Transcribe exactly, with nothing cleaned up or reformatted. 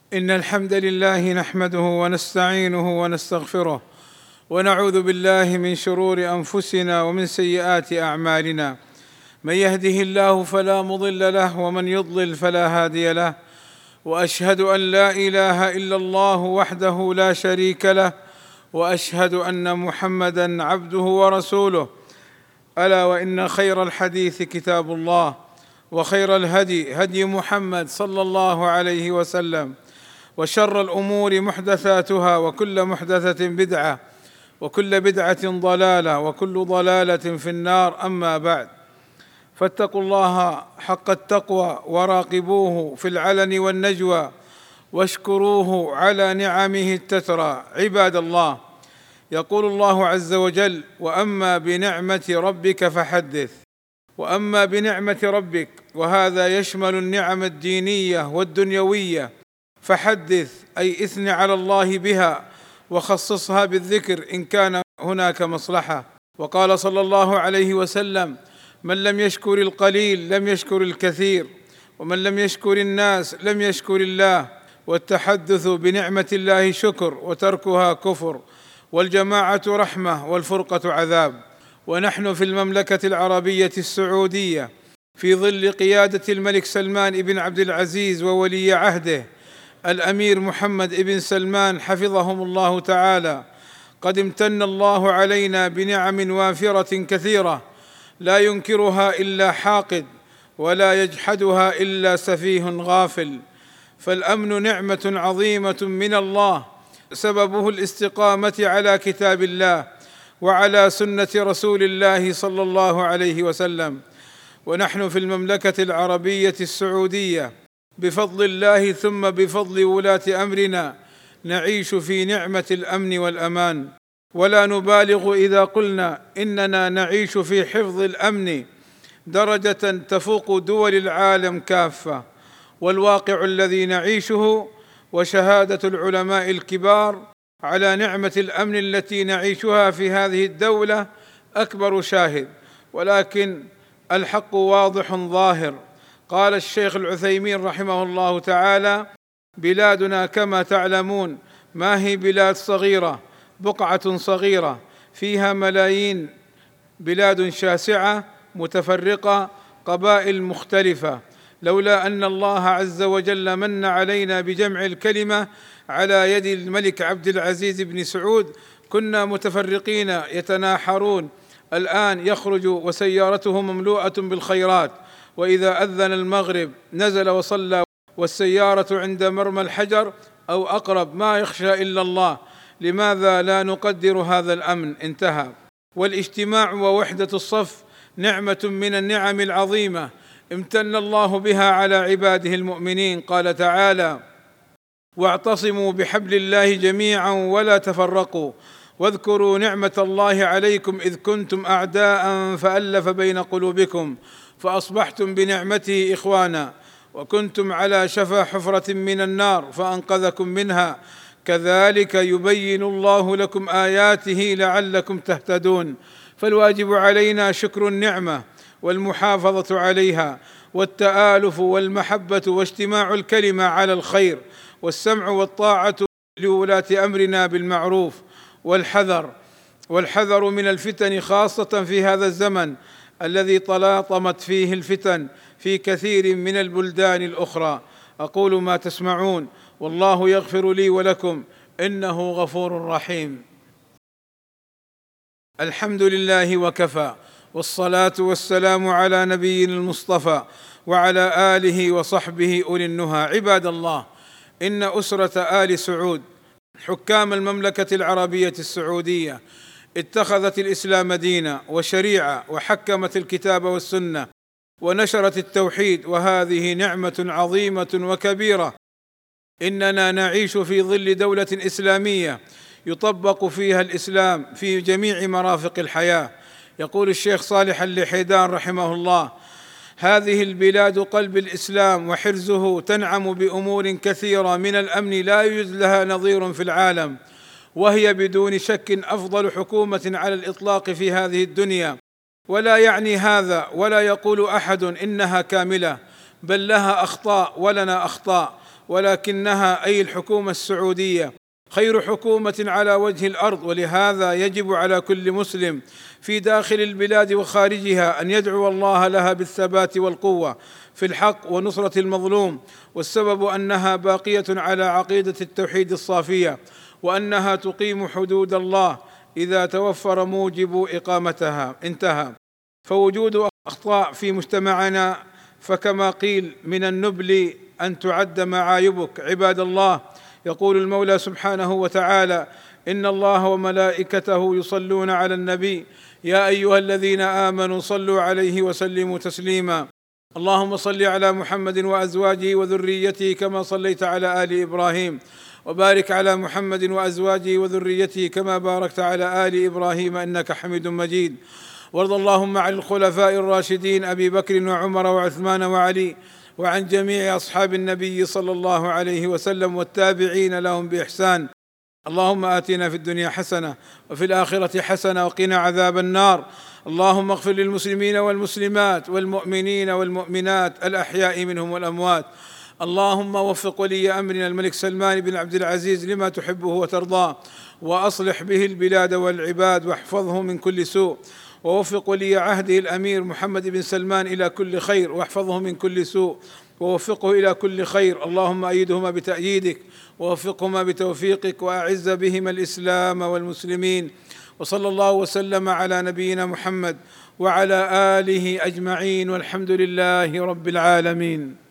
إن الحمد لله نحمده ونستعينه ونستغفره ونعوذ بالله من شرور أنفسنا ومن سيئات أعمالنا. من يهده الله فلا مضل له ومن يضلل فلا هادي له، وأشهد أن لا إله إلا الله وحده لا شريك له، وأشهد أن محمدًا عبده ورسوله. ألا وإن خير الحديث كتاب الله، وخير الهدي هدي محمد صلى الله عليه وسلم، وشر الأمور محدثاتها، وكل محدثة بدعة، وكل بدعة ضلالة، وكل ضلالة في النار. أما بعد، فاتقوا الله حق التقوى وراقبوه في العلن والنجوى، واشكروه على نعمه التترى. عباد الله، يقول الله عز وجل: وأما بنعمة ربك فحدث. وأما بنعمة ربك، وهذا يشمل النعم الدينية والدنيوية، فحدث أي اثن على الله بها وخصصها بالذكر إن كان هناك مصلحة. وقال صلى الله عليه وسلم: من لم يشكر القليل لم يشكر الكثير، ومن لم يشكر الناس لم يشكر الله. والتحدث بنعمة الله شكر، وتركها كفر، والجماعة رحمة، والفرقة عذاب. ونحن في المملكة العربية السعودية في ظل قيادة الملك سلمان بن عبد العزيز وولي عهده الأمير محمد بن سلمان حفظهم الله تعالى. قد امتن الله علينا بنعم وافرة كثيرة لا ينكرها إلا حاقد، ولا يجحدها إلا سفيه غافل. فالأمن نعمة عظيمة من الله، سببه الاستقامة على كتاب الله وعلى سنة رسول الله صلى الله عليه وسلم. ونحن في المملكة العربية السعودية بفضل الله ثم بفضل ولاة أمرنا نعيش في نعمة الأمن والأمان، ولا نبالغ إذا قلنا إننا نعيش في حفظ الأمن درجة تفوق دول العالم كافة. والواقع الذي نعيشه وشهادة العلماء الكبار على نعمة الأمن التي نعيشها في هذه الدولة أكبر شاهد، ولكن الحق واضح ظاهر. قال الشيخ العثيمين رحمه الله تعالى: بلادنا كما تعلمون ما هي بلاد صغيرة، بقعة صغيرة فيها ملايين، بلاد شاسعة متفرقة، قبائل مختلفة. لولا أن الله عز وجل من علينا بجمع الكلمة على يد الملك عبد العزيز بن سعود كنا متفرقين يتناحرون. الآن يخرج وسيارته مملوءة بالخيرات، وإذا أذن المغرب نزل وصلى، والسيارة عند مرمى الحجر أو أقرب، ما يخشى إلا الله. لماذا لا نقدر هذا الأمن؟ انتهى. والاجتماع ووحدة الصف نعمة من النعم العظيمة امتن الله بها على عباده المؤمنين. قال تعالى: واعتصموا بحبل الله جميعا ولا تفرقوا، واذكروا نعمة الله عليكم إذ كنتم أعداء فألف بين قلوبكم فأصبحتم بنعمته إخوانا، وكنتم على شفا حفرة من النار فأنقذكم منها، كذلك يبين الله لكم آياته لعلكم تهتدون. فالواجب علينا شكر النعمة والمحافظة عليها، والتآلف والمحبة واجتماع الكلمة على الخير، والسمع والطاعة لولاة أمرنا بالمعروف، والحذر والحذر من الفتن، خاصة في هذا الزمن الذي تلاطمت فيه الفتن في كثير من البلدان الأخرى. أقول ما تسمعون، والله يغفر لي ولكم، إنه غفور رحيم. الحمد لله وكفى، والصلاة والسلام على نبينا المصطفى وعلى آله وصحبه أولي النهى. عباد الله، إن أسرة آل سعود حكام المملكة العربية السعودية اتخذت الإسلام دينا وشريعة، وحكمت الكتاب والسنة، ونشرت التوحيد، وهذه نعمة عظيمة وكبيرة. إننا نعيش في ظل دولة إسلامية يطبق فيها الإسلام في جميع مرافق الحياة. يقول الشيخ صالح اللحيدان رحمه الله: هذه البلاد قلب الإسلام وحرزه، تنعم بأمور كثيرة من الأمن لا يوجد لها نظير في العالم، وهي بدون شك أفضل حكومة على الإطلاق في هذه الدنيا. ولا يعني هذا ولا يقول أحد إنها كاملة، بل لها أخطاء ولنا أخطاء، ولكنها أي الحكومة السعودية خير حكومة على وجه الأرض، ولهذا يجب على كل مسلم في داخل البلاد وخارجها أن يدعو الله لها بالثبات والقوة في الحق ونصرة المظلوم، والسبب أنها باقية على عقيدة التوحيد الصافية، وأنها تقيم حدود الله إذا توفر موجب إقامتها. انتهى. فوجود أخطاء في مجتمعنا فكما قيل من النبل أن تعد معايبك. عباد الله، يقول المولى سبحانه وتعالى: إن الله وملائكته يصلون على النبي يا أيها الذين آمنوا صلوا عليه وسلموا تسليما. اللهم صل على محمد وأزواجه وذريته كما صليت على آل إبراهيم، وبارك على محمد وأزواجه وذريته كما باركت على آل إبراهيم إنك حميد مجيد. وارض اللهم عن الخلفاء الراشدين أبي بكر وعمر وعثمان وعلي، وعن جميع أصحاب النبي صلى الله عليه وسلم والتابعين لهم بإحسان. اللهم آتنا في الدنيا حسنة وفي الآخرة حسنة وقنا عذاب النار. اللهم اغفر للمسلمين والمسلمات والمؤمنين والمؤمنات الأحياء منهم والأموات. اللهم وفق ولي أمرنا الملك سلمان بن عبد العزيز لما تحبه وترضاه، وأصلح به البلاد والعباد، واحفظه من كل سوء، ووفق ولي عهده الأمير محمد بن سلمان إلى كل خير، واحفظه من كل سوء، ووفقه إلى كل خير. اللهم أيدهما بتأييدك، ووفقهما بتوفيقك، وأعز بهما الإسلام والمسلمين. وصلى الله وسلم على نبينا محمد وعلى آله أجمعين، والحمد لله رب العالمين.